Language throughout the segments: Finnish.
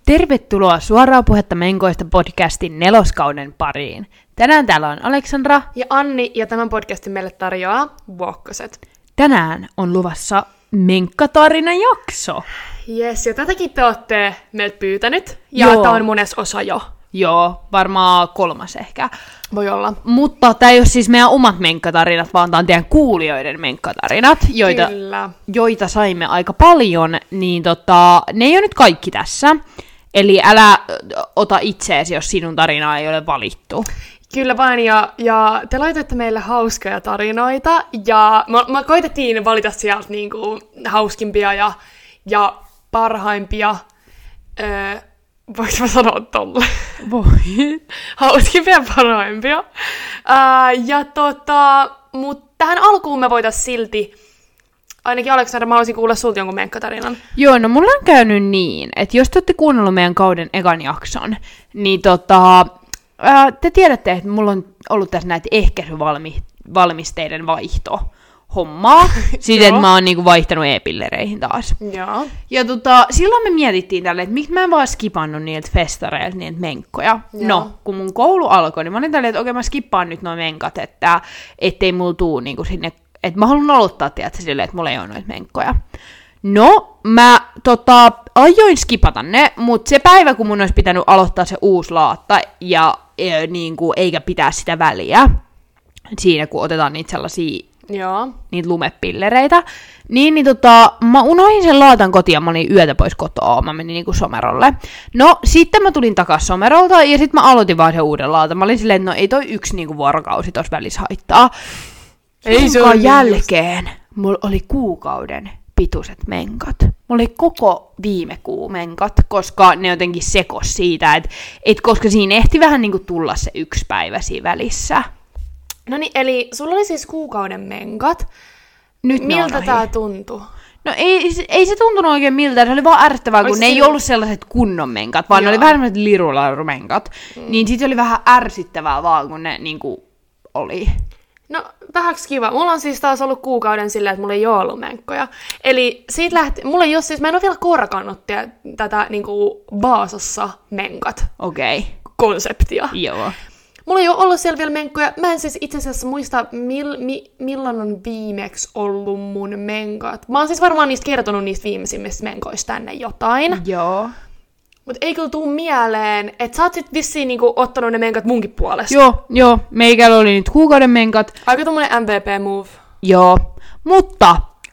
Tervetuloa Suoraa puhetta menkoista podcastin 4. kauden pariin. Tänään täällä on Aleksandra ja Anni, ja tämän podcastin meille tarjoaa Vuokkoset. Tänään on luvassa Menkkatarina-jakso. Jes, ja tätäkin te olette meiltä pyytänyt, ja tämä on mones osa jo. Joo, varmaan 3 ehkä. Voi olla. Mutta tämä ei ole siis meidän omat menkkatarinat, vaan tämä on teidän kuulijoiden menkkatarinat, joita saimme aika paljon, niin ne ei ole nyt kaikki tässä. Eli älä ota itseesi, jos sinun tarinaa ei ole valittu. Kyllä vain, ja te laitoitte meille hauskoja tarinoita, ja mä koitettiin valita sieltä niinku hauskimpia ja parhaimpia. Voinko mä sanoa tolle? Voi. Hauskimpia ja parhaimpia. Mutta tähän alkuun me voitais silti, ainakin Aleksandra, mä haluaisin kuulla sulta jonkun menkkatarinan. Joo, no mulla on käynyt niin, että jos te olette kuunnellut meidän kauden ekan jakson, niin te tiedätte, että mulla on ollut tässä näitä ehkäisyvalmisteiden vaihtohommaa. Siis, että mä oon niinku vaihtanut e-pillereihin taas. Joo. Ja silloin me mietittiin tälle, että miksi mä en vaan skipannut niiltä festareilta niitä menkkoja. Joo. No, kun mun koulu alkoi, niin mä olin tälleen, että okei, mä skippaan nyt noin menkat, ettei mulla tuu niinku sinne, että mä haluan aloittaa, tiedätkö, silleen, että mulla ei ole noita menkkoja. No, mä aioin skipata ne, mutta se päivä, kun mun olisi pitänyt aloittaa se uusi laatta, niinku, eikä pitää sitä väliä, siinä kun otetaan niitä sellaisia niitä lumepillereitä, mä unohdin sen laatan kotiin ja mä olin yötä pois kotoa, mä menin niinku Somerolle. No, sitten mä tulin takas Somerolta ja sitten mä aloitin vaan sen uuden laatan. Mä olin silleen, että no ei toi yksi niinku vuorokausi tossa välissä haittaa. Jonka jälkeen mulla oli kuukauden pituiset menkat. Mulla oli koko viime kuu menkat, koska ne jotenkin sekos siitä, että koska siinä ehti vähän niinku tulla se yksi päivä siinä välissä. No niin, eli sulla oli siis kuukauden menkat. Nyt miltä tää tuntui? No ei se tuntunut oikein miltä, se oli vaan ärsyttävää, kun ne ei ollut sellaiset kunnon menkat, vaan ne oli vähän sellaiset lirulaurumenkat. Niin sit oli vähän ärsyttävää vaan, kun ne niinku oli. No, vähäks kiva. Mulla on siis taas ollut kuukauden silleen, että mulla ei ole ollut menkkoja. Eli siitä lähti, mulla ei ole siis, mä en ole vielä korkannut tätä niinku Vaasassa menkat. Okei. Konseptia. Joo. Mulla ei ole ollut siellä vielä menkkoja. Mä en siis itse asiassa muista, milloin on viimeksi ollut mun menkat. Mä oon siis varmaan kertonut niistä viimeisimmistä menkoista tänne jotain. Joo. Mut ei kyllä tuu mieleen, että sä oot sit vissiin niinku ottanut ne menkat munkin puolesta. Joo. Meikällä oli nyt kuukauden menkat. Aika tommonen MVP-move. Joo. Mutta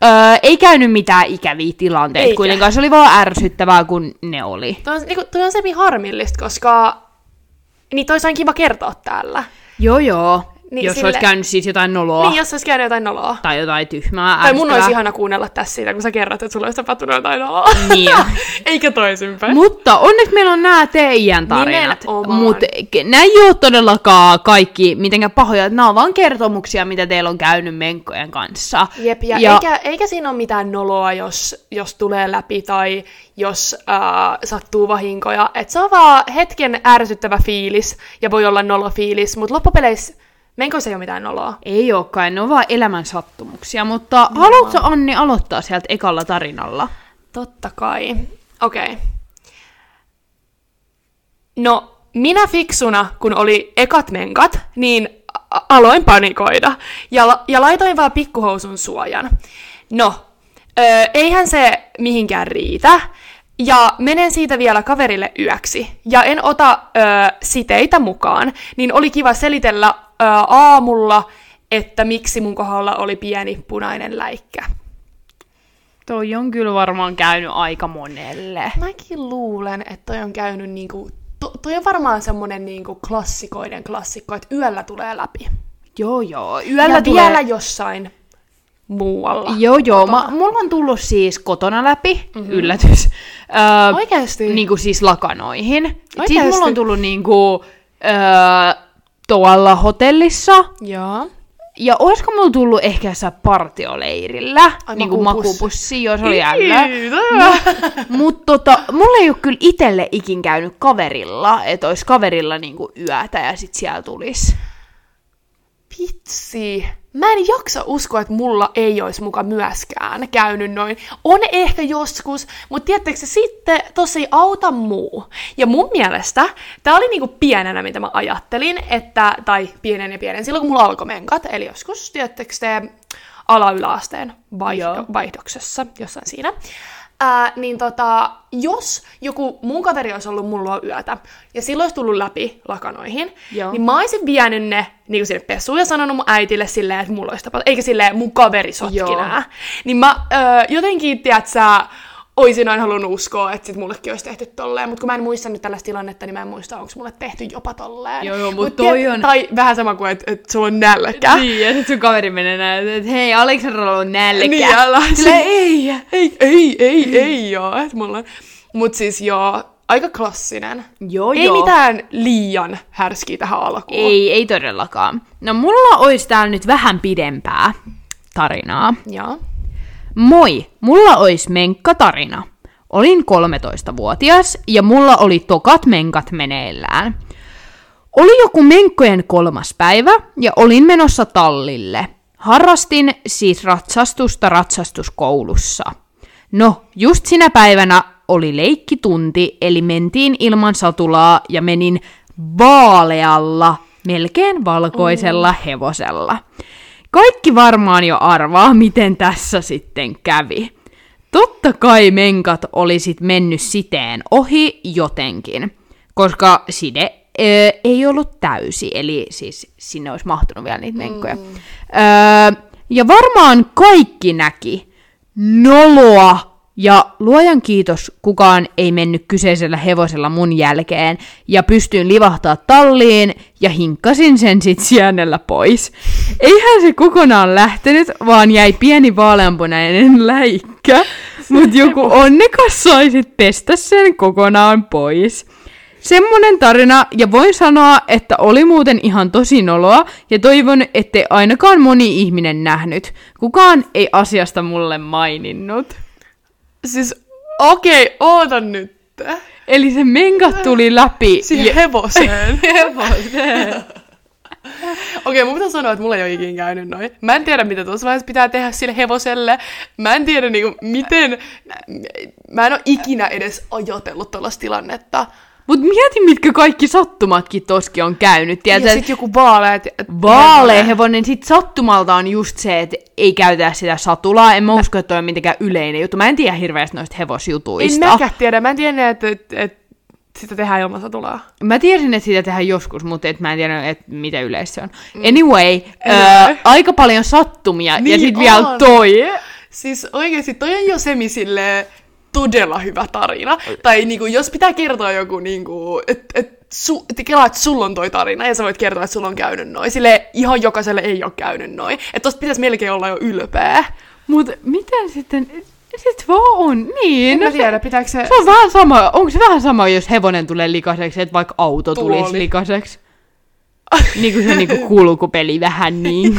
ei käynyt mitään ikäviä tilanteita. Eikä. Kuitenkaan se oli vaan ärsyttävää, kun ne oli. Toi on semmin harmillista, koska niin tois on kiva kertoa täällä. Joo. Niin jos olisi käynyt siis jotain noloa. Niin, jos olisi käynyt jotain noloa. Tai jotain tyhmää, tai mun olisi ihana kuunnella tässä siitä, kun sä kerrot, että sulla olisi tapahtunut jotain noloa. Niin. Eikä toisinpäin. Mutta onneksi meillä on nämä teidän tarinat. Mutta nämä ei ole todellakaan kaikki mitenkään pahoja. Nämä on vaan kertomuksia, mitä teillä on käynyt menkkojen kanssa. Jep, eikä siinä ole mitään noloa, jos tulee läpi tai jos sattuu vahinkoja. Et se on vaan hetken ärsyttävä fiilis ja voi olla nolofiilis, mutta loppupeleissä menkoissa ei ole mitään noloa. Ei olekaan, ne on vaan elämän sattumuksia, mutta haluatko Anni aloittaa sieltä ekalla tarinalla? Totta kai. Okei. No, minä fiksuna, kun oli ekat menkat, niin aloin panikoida. Ja laitoin vaan pikkuhousun suojan. No, eihän se mihinkään riitä. Ja menen siitä vielä kaverille yöksi. Ja en ota siteitä mukaan. Niin oli kiva selitellä aamulla, että miksi mun kohdalla oli pieni punainen läikkä. Toi on kyllä varmaan käynyt aika monelle. Mäkin luulen, että toi on käynyt niinku, toi on varmaan semmonen niinku klassikoiden klassikko, että yöllä tulee läpi. Joo, yöllä ja tulee vielä jossain muualla. Joo, mulla on tullut siis kotona läpi, yllätys. Oikeesti? Niinku siis lakanoihin. Oikeesti? Siis mulla on tullut niinku tuolla hotellissa. Joo. Ja olisiko mulla tullut ehkä jossain partioleirillä, niinku makupussi, jos oli jällä. Mutta mulla ei ole kyllä itselle ikin käynyt kaverilla, että olisi kaverilla niinku yötä ja sit siellä tulisi. Vitsi. mä en jaksa uskoa, että mulla ei olisi muka myöskään käynyt noin. On ehkä joskus, mutta tiedättekö se sitten tossa ei auta muu. Ja mun mielestä tää oli niinku pienenä, mitä mä ajattelin, että, tai pienen, silloin kun mulla alkoi menkat, eli joskus, tiedättekö te, ala-yläasteen vaihdoksessa, jossain siinä. Niin jos joku mun kaveri olisi ollut mun luo yötä, ja silloin olisi tullut läpi lakanoihin, niin mä olisin vienyt ne niin sinne pesuun ja sanonut mun äitille silleen, että mulla olisi tapahtunut, eikä silleen mun kaveri sotki nää. Niin mä jotenkin, tiedätkö, oisin aina halunnut uskoa, että sit mullekin olisi tehty tolleen, mutta kun mä en muista nyt tällaista tilannetta, niin mä en muista, onko mulle tehty jopa tolleen. Joo, mutta toi on... Tai vähän sama kuin, että sulla on nälkä. Niin, ja sit sun kaveri menee näin, että hei, Aleksandralla on nälkä. Niin, ei joo, että mulla on... Mut siis joo, aika klassinen. Ei mitään liian härskiä tähän alkuun. Ei todellakaan. No mulla olisi täällä nyt vähän pidempää tarinaa. Joo. Moi, mulla ois menkkatarina. Olin 13-vuotias ja mulla oli tokat menkat meneillään. Oli joku menkkojen 3. päivä ja olin menossa tallille. Harrastin siis ratsastusta ratsastuskoulussa. No, just sinä päivänä oli leikkitunti, eli mentiin ilman satulaa ja menin vaalealla, melkein valkoisella hevosella. Kaikki varmaan jo arvaa, miten tässä sitten kävi. Totta kai menkat olisit mennyt siteen ohi jotenkin, koska side ei ollut täysi, eli siis sinne olisi mahtunut vielä niitä menkkoja. Ja varmaan kaikki näki noloa, ja luojan kiitos, kukaan ei mennyt kyseisellä hevosella mun jälkeen, ja pystyin livahtaa talliin, ja hinkkasin sen sit sienellä pois. Eihän se kokonaan lähtenyt, vaan jäi pieni vaaleanpunainen läikkä, mut joku onnekas sai sit pestä sen kokonaan pois. Semmonen tarina, ja voin sanoa, että oli muuten ihan tosi noloa, ja toivon, ettei ainakaan moni ihminen nähnyt. Kukaan ei asiasta mulle maininnut. Siis, okei, oota nyt. Eli se menkat tuli läpi. Siihen hevoseen. Hevoseen. Okei, mun pitää sanoa, että mulla ei ole ikinä käynyt noin. Mä en tiedä, mitä tuossa vaiheessa pitää tehdä sille hevoselle. Mä en tiedä, niinku, miten... Mä en ole ikinä edes ajatellut tuollaista tilannetta. Mut mieti, mitkä kaikki sattumatkin toskin on käynyt. Tiedätkö, ja sit joku vaalea hevonen, sit sattumalta on just se, että ei käytetä sitä satulaa. En mä usko, että toi on mitenkään yleinen juttu. Mä en tiedä hirveästi noista hevosjutuista. En mäkään tiedä. Mä en tiedä, että sitä tehdään ilman satulaa. Mä tiesin, että sitä tehdään joskus, mutta mä en tiedä, että mitä yleistä se on. Anyway, aika paljon sattumia. Niin ja sit vielä toi. Siis oikeesti toi on jo silleen todella hyvä tarina. Tai niinku, jos pitää kertoa joku, niinku, että kelaa, että sulla on toi tarina, ja sä voit kertoa, että sulla on käynyt noin. Silleen ihan jokaiselle ei ole käynyt noin. Että tosta pitäisi melkein olla jo ylpeä. Mut miten sitten... Sit vaan on, niin. En mä tiedä, pitääkö se... Se on vähän sama, onko se vähän sama, jos hevonen tulee likaiseksi, että vaikka auto tulisi likaiseksi? Niinku se niinku kulkupeli vähän niin.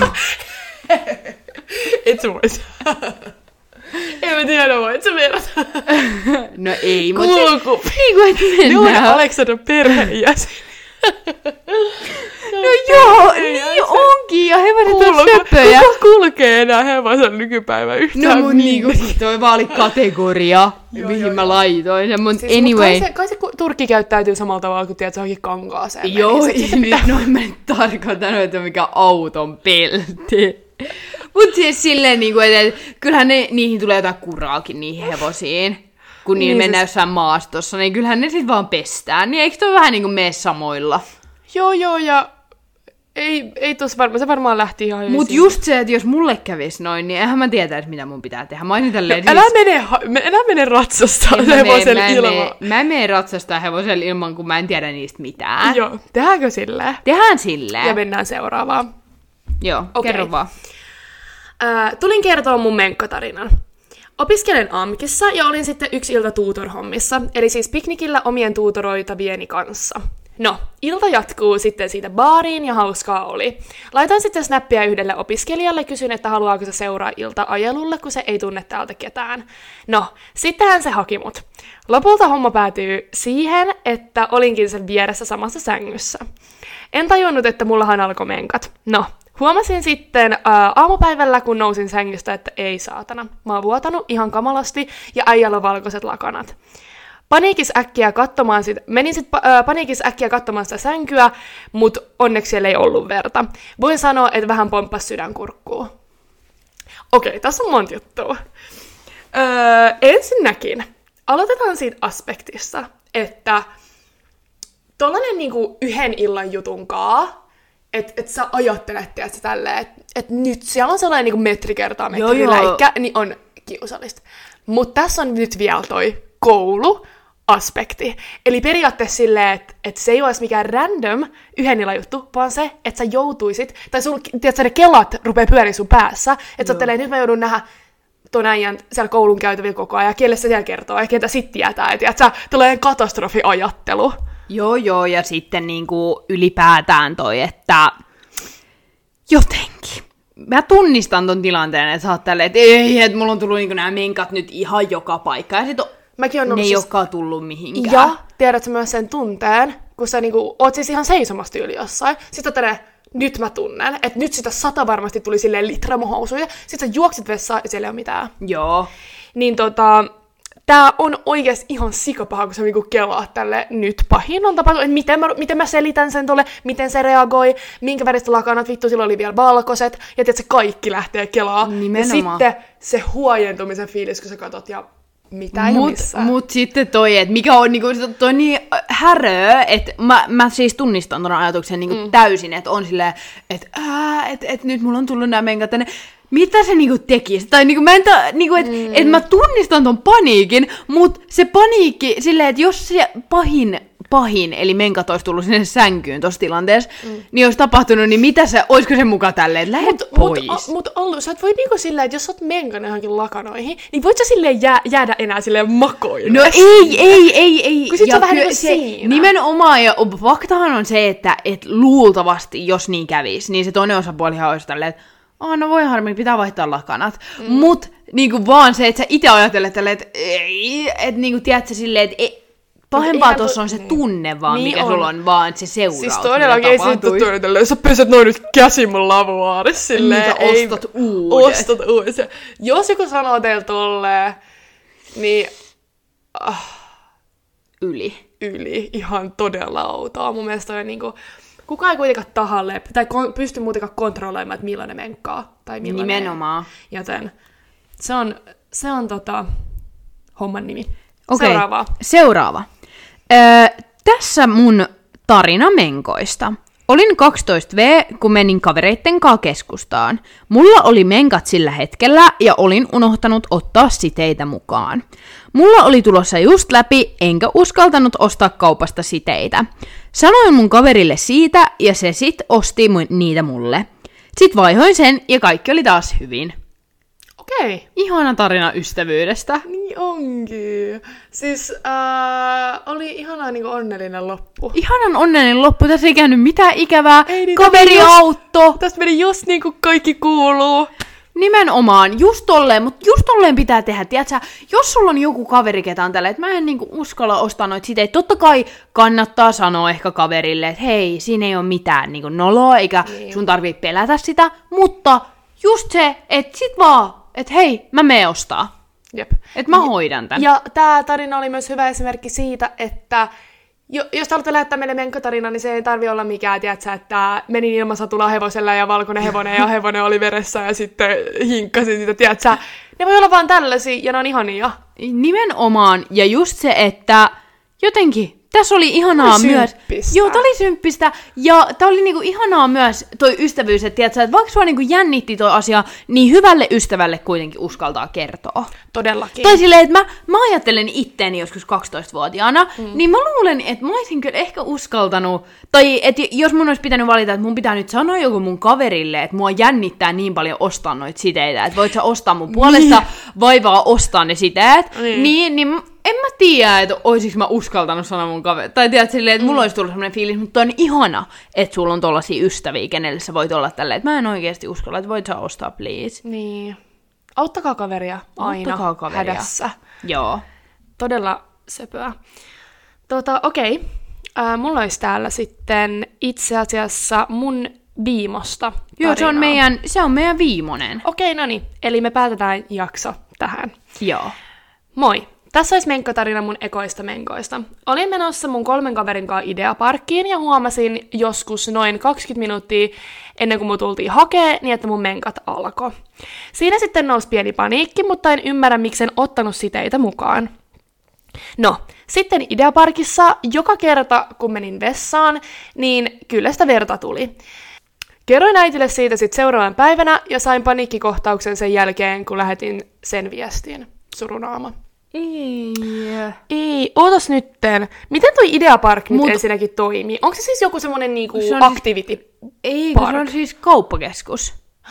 Et sä vois. En mä tiedä, voit sä verrata. No ei, mutta... Kulkupeli. Niinku, et mennään. Ne on Aleksandran perheenjäsen. No joo, niin onkin, ja hevoset on söpöjä. Kuka kulkee enää hevosen nykypäivän yhtään? No mun niinku, toi vaan oli kategoria, mihin mä laitoin sen, mut siis, anyway. Kai se turkki käyttäytyy samalla tavalla, kun tiedät, se onkin kankaaseen. Joo, nyt noin mä nyt tarkoitan, että mikä auton pelti. Mut siis silleen niinku, että kyllähän niihin tulee jotain kuraakin niihin hevosiin. Kun niillä mennään jossain maastossa, niin kyllähän ne sit vaan pestään. Niin eikö toi vähän niinku mene samoilla? Joo, ja ei tossa varmaan, se varmaan lähti ihan hyvin. Mut just se, että jos mulle kävis noin, niin eihän mä tietäisi, mitä mun pitää tehdä. Mä oon tälleen... No, älä mene ratsastaa hevosella ilman. Mä en mene ratsastaa hevosella ilman, kun mä en tiedä niistä mitään. Joo, tehdäänkö silleen? Tehdään silleen. Ja mennään seuraavaan. Joo, kerro vaan. Tulin kertoa mun menkkatarinan. Opiskelen AMKissa ja olin sitten yksi ilta tuutor-hommissa, eli siis piknikillä omien tuutoroitavieni kanssa. No, ilta jatkuu sitten siitä baariin ja hauskaa oli. Laitan sitten snappia yhdelle opiskelijalle, kysyn, että haluaako se seuraa ilta-ajelulle, kun se ei tunne täältä ketään. No, sittenhän se haki mut. Lopulta homma päätyy siihen, että olinkin sen vieressä samassa sängyssä. En tajunnut, että mullahan alkoi menkat. No, Huomasin sitten aamupäivällä, kun nousin sängystä, että ei saatana. Mä oon vuotanut ihan kamalasti ja äijällä on valkoiset lakanat. Menin sitten paniikissa äkkiä katsomaan sitä sänkyä, mutta onneksi siellä ei ollut verta. Voin sanoa, että vähän pomppasi sydänkurkkuun. Okei, tässä on monta juttua. Ensinnäkin, aloitetaan siitä aspektissa, että tollanen niinku yhden illan jutunkaa, että sä ajattelet, että tälleen, että nyt siellä on sellainen niinku metri kertaa metriläikkä, niin on kiusallista. Mutta tässä on nyt vielä toi kouluaspekti. Eli periaatteessa silleen, että se ei olisi mikään random yhden illan juttu, vaan se, että sä joutuisit, tai tiedätkö, ne kelat rupeaa pyöriä sun päässä, että sä oot nyt mä joudun nähdä ton äijän siellä koulun käytävillä koko ajan, ja kelle se siellä kertoo, ja ketä sit tietää, että tulee katastrofiajattelu. Joo, ja sitten niinku ylipäätään toi, että jotenkin. Mä tunnistan ton tilanteen, että sä oot tälleen, että ei, että mulla on tullut niinku nämä menkat nyt ihan joka paikka, ja sit ne ei olekaan tullut mihinkään. Ja tiedätkö myös sen tunteen, kun sä niinku oot siis ihan seisomasti yli jossain, sit sä nyt mä tunnen, että nyt sitä 100 varmasti tuli silleen litra mun housuja, sit sä juoksit vessaan ja siellä ei ole mitään. Joo. Niin tää on oikeesti ihan sikapaha, kun sä niinku kelaat tälle nyt pahin on tapahtunut, että miten mä selitän sen tolle, miten se reagoi, minkä väristä lakanat, vittu silloin oli vielä valkoiset, ja tiedät, se kaikki lähtee kelaa. Nimenomaan. Ja sitten se huojentumisen fiilis, kun sä katot, ja mitä ei ole missään. Mut sitten toi, että mikä on niinku, toi niin häröö, että mä siis tunnistan ton ajatuksen niinku täysin, että on silleen, että nyt mulla on tullut nää menkat tänne. Mitä se niinku tekisi? Tai niinku et mä tunnistan ton paniikin, mut se paniikki silleen, että jos se pahin, eli menkat olisi tullut sinne sänkyyn tossa tilanteessa, niin olisi tapahtunut, niin olisiko se muka tälleen, että lähde pois? Mut Allu, sä et voi niinku silleen, että jos sä oot menkannut johonkin lakanoihin, niin voit sä silleen jäädä enää silleen makoille? No ei. Kun sit se on vähän niinku siinä. Nimenomaan, ja faktahan on se, että luultavasti, jos niin kävisi, niin se toinen osapuolihan olisi tälleen, että no voi harmi, pitää vaihtaa lakanat. Mut niinku vaan se, että sä itse ajattelet tälleen, että ei, että niinku tiedät sä silleen, että pahempaa tuossa on se tunne vaan, niin mikä sulla on, vaan se seuraus, siis todellakin ei siitä tule tälleen, sä peset noin nyt käsi mun lavuaarissa silleen. Mitä ostat uudet. Jos joku sanoo teille tolleen, niin Yli. Ihan todella outoa. Mun mielestä on niinku kukaan ei kuitenkaan tahalle, tai pysty muutenkaan kontrolloimaan, että millainen menkkaa, tai millainen. Nimenomaan. Joten se on homman nimi. Okei, seuraava. Tässä mun tarina menkoista. Olin 12V, kun menin kavereitten kanssa keskustaan. Mulla oli menkat sillä hetkellä ja olin unohtanut ottaa siteitä mukaan. Mulla oli tulossa just läpi, enkä uskaltanut ostaa kaupasta siteitä. Sanoin mun kaverille siitä ja se sit osti niitä mulle. Sit vaihoin sen ja kaikki oli taas hyvin. Okei. Ihana tarina ystävyydestä. Niin onkin. Siis oli ihana niinku onnellinen loppu. Ihanan onnellinen loppu. Tässä ei käynyt mitään ikävää. Ei, niin, kaveri auttoi. Tästä meni just niin kuin kaikki kuuluu. Nimenomaan, just tolleen, mutta just tolleen pitää tehdä, tiiätsä, jos sulla on joku kaveri, ketä on tälleen, että mä en niinku uskalla ostaa noita siteitä, totta kai kannattaa sanoa ehkä kaverille, että hei, siinä ei ole mitään niinku noloa, eikä sun tarvii pelätä sitä, mutta just se, että sit vaan, että hei, mä menen ostaa. Jep. Että mä hoidan tän. Ja tää tarina oli myös hyvä esimerkki siitä, että jos te haluatte lähettää meille menkkatarina, niin se ei tarvi olla mikään, tiiätsä, että menin ilmasatulaa hevosella ja valkoinen hevonen ja hevonen oli veressä ja sitten hinkkasin sitä, tiiätsä. Ne voi olla vaan tällaisia ja ne on ihania. Nimenomaan, ja just se, että jotenkin tässä oli ihanaa myös. Joo, tää oli symppistä. Ja tää oli niinku ihanaa myös toi ystävyys, että tiiätsä, että vaikka sua niinku jännitti toi asia, niin hyvälle ystävälle kuitenkin uskaltaa kertoa. Todellakin. Tai silleen, että mä ajattelen itteeni joskus 12-vuotiaana, niin mä luulen, että mä olisin kyllä ehkä uskaltanut, tai että jos mun olisi pitänyt valita, että mun pitää nyt sanoa joku mun kaverille, että mua jännittää niin paljon ostaa noita siteitä, että voit sä ostaa mun puolesta vaivaa ostaa ne siteet, niin en mä tiedä, että oisinko mä uskaltanut sanoa mun kaveri. Tai tiedät silleen, että mulla olisi tullut semmoinen fiilis, mutta on ihana, että sulla on tollasia ystäviä, kenelle sä voit olla tälleen, että mä en oikeasti uskalla, että voit sä ostaa, please. Niin. Auttakaa kaveria aina hädässä. Joo. Todella söpöä. Okei. Mulla olisi täällä sitten itse asiassa mun viimosta Joo, tarinaa. se on meidän viimeinen. Okei, no niin. Eli me päätetään jakso tähän. Joo. Moi! Tässä olisi menkkotarina mun ekoista menkoista. Olin menossa mun 3 kaverin kanssa Ideaparkkiin ja huomasin joskus noin 20 minuuttia ennen kuin mun tultiin hakee, niin että mun menkat alkoi. Siinä sitten nousi pieni paniikki, mutta en ymmärrä, miksen ottanut siteitä mukaan. No, sitten Ideaparkissa joka kerta, kun menin vessaan, niin kyllä sitä verta tuli. Kerroin äitille siitä sitten seuraavan päivänä ja sain paniikkikohtauksen sen jälkeen, kun lähetin sen viestin. Surunaama. Ei, ootas nytten. Miten toi Ideapark nyt ensinnäkin toimii? Onko se siis joku semmonen niinku activity Ei, kun se on siis kauppakeskus.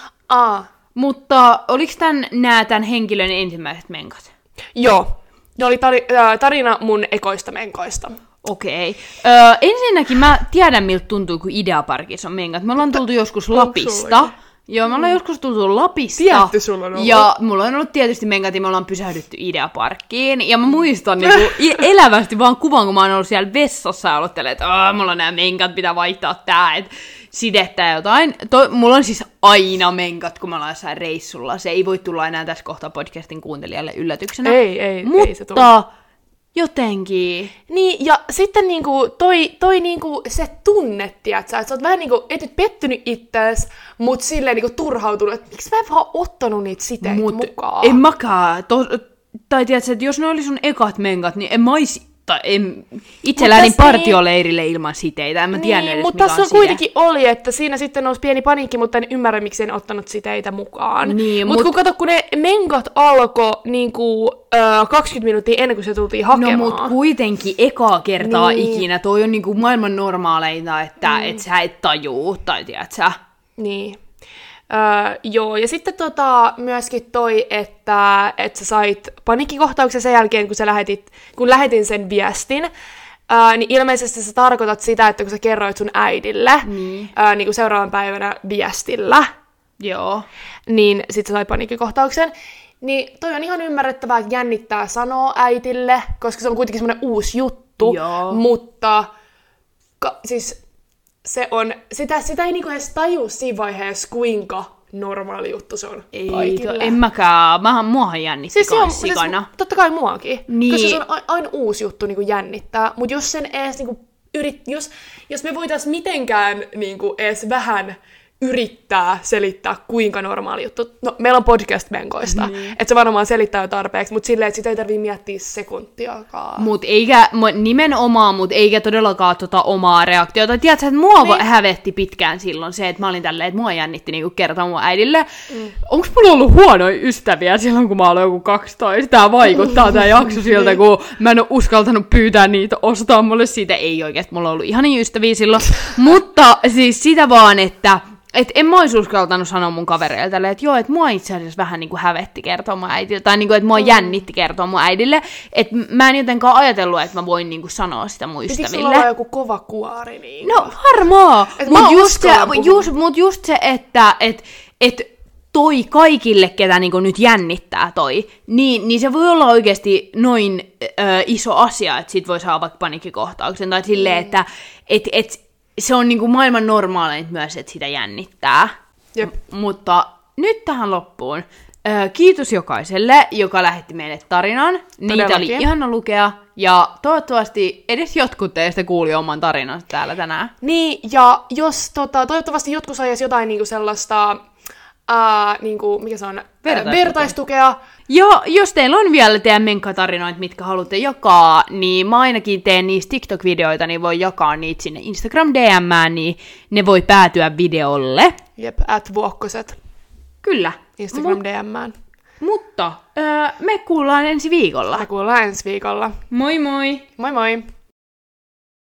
Mutta oliko tämän henkilön ensimmäiset menkat? Joo. Ne oli tarina mun ekoista menkoista. Okei. Ensinnäkin mä tiedän, miltä tuntuu, kun Ideaparkissa on menkat. Me ollaan tultu joskus Lapista. Joo, me ollaan joskus tultu Lapista. Tietty sulla on ollut. Ja mulla on ollut tietysti menkat ja me ollaan pysähdytty Ideaparkkiin. Ja mä muistan niinku elävästi vaan kuvan, kun mä oon ollut siellä vessassa ja aloittelen, että mulla on nämä menkat, pitää vaihtaa tää, että sidettä ja jotain. Mulla on siis aina menkat, kun mä ollaan jossain reissulla. Se ei voi tulla enää tässä kohtaa podcastin kuuntelijalle yllätyksenä. Ei se tule. Mutta jotenkin. Niin, ja sitten niinku toi niinku se tunne, tiiätsä, että sä oot vähän niinku, et nyt pettynyt ittees, mut silleen niinku turhautunut, että miksi mä en vaan ottanut niitä siteitä mukaan. En mäkään. Tai tiiätsä, että jos ne oli sun ekat menkat, niin en mä ois itse lähdin partioleirille ilman siteitä, en mä tiennyt edes mutta mikä on tässä side. kuitenkin oli, että siinä sitten nousi pieni paniikki, mutta en ymmärrä, miksi en ottanut siteitä mukaan. Niin, mutta kun kato, kun ne menkat alkoi niinku, 20 minuuttia ennen kuin se tultiin hakemaan. No mut kuitenkin ekaa kertaa ikinä, toi on niinku maailman normaaleita, että et sä et tajuu, tai tiedät sä. Niin. Joo, ja sitten myöskin toi, että sä sait paniikkikohtauksen sen jälkeen, kun lähetin sen viestin, niin ilmeisesti sä tarkoitat sitä, että kun sä kerroit sun äidille, niin kuin seuraavan päivänä viestillä, Joo. niin sit sä sait paniikkikohtauksen. Niin toi on ihan ymmärrettävää, että jännittää sanoa äitille, koska se on kuitenkin semmoinen uusi juttu, mutta siis se on, sitä ei niinku edes tajua siinä vaiheessa, kuinka normaali juttu se on kaikille. En mäkään. Muahan jännitti sikana. Siis, totta kai muakin. Niin. Koska se on aina uusi juttu niinku jännittää. Mutta jos sen edes niinku jos me voitais mitenkään niinku edes vähän yrittää selittää, kuinka normaali juttu. No, meillä on podcast-menkoista, että se varmaan selittää jo tarpeeksi, mutta silleen, että sitä ei tarvitse miettiä sekuntiakaan. Nimenomaan, mutta eikä todellakaan omaa reaktiota. Tiedätkö, että mua hävetti pitkään silloin se, että mä olin tälleen, että mua jännitti niinku kertoa mun äidille. Onko mulla ollut huonoja ystäviä silloin, kun mä olin joku 12? Tää vaikuttaa tää jakso siltä, kun mä en ole uskaltanut pyytää niitä ostaa mulle siitä. Ei oikeesti, mulla on ollut ihania ystäviä silloin. Mutta siis sitä vaan, että en mä ois uskaltanut sanoa mun kavereille tälleen, että joo, että mua itse asiassa vähän niinku hävetti kertoa mun äidille, tai niinku, että mua jännitti kertoa mun äidille, että mä en jotenkaan ajatellut, että mä voin niinku sanoa sitä mun ystäville. Pitikö sulla olla joku kova kuori? Niin? No varmaan, mut just se, että toi kaikille, ketä niinku nyt jännittää niin se voi olla oikeasti noin iso asia, että sit voi saada vaikka paniikkikohtauksen, tai silleen, että se on niinku maailman normaaleinta myös, että sitä jännittää. Mutta nyt tähän loppuun. Kiitos jokaiselle, joka lähetti meille tarinan. Niitä oli ihana lukea. Ja toivottavasti edes jotkut teistä kuuli oman tarinansa täällä tänään. Niin, ja jos toivottavasti jotkut sai edes jotain niinku sellaista, niinku, mikä se on, vertaistukea. Ja jos teillä on vielä teidän menkkatarinoita, mitkä haluatte jakaa, niin mä ainakin teen niistä TikTok-videoita, niin voi jakaa niitä sinne Instagram DM:ään, niin ne voi päätyä videolle. Jep, @vuokkoset. Kyllä. Instagram DM:ään. Mutta me kuullaan ensi viikolla. Moi moi! Moi moi! Moi moi!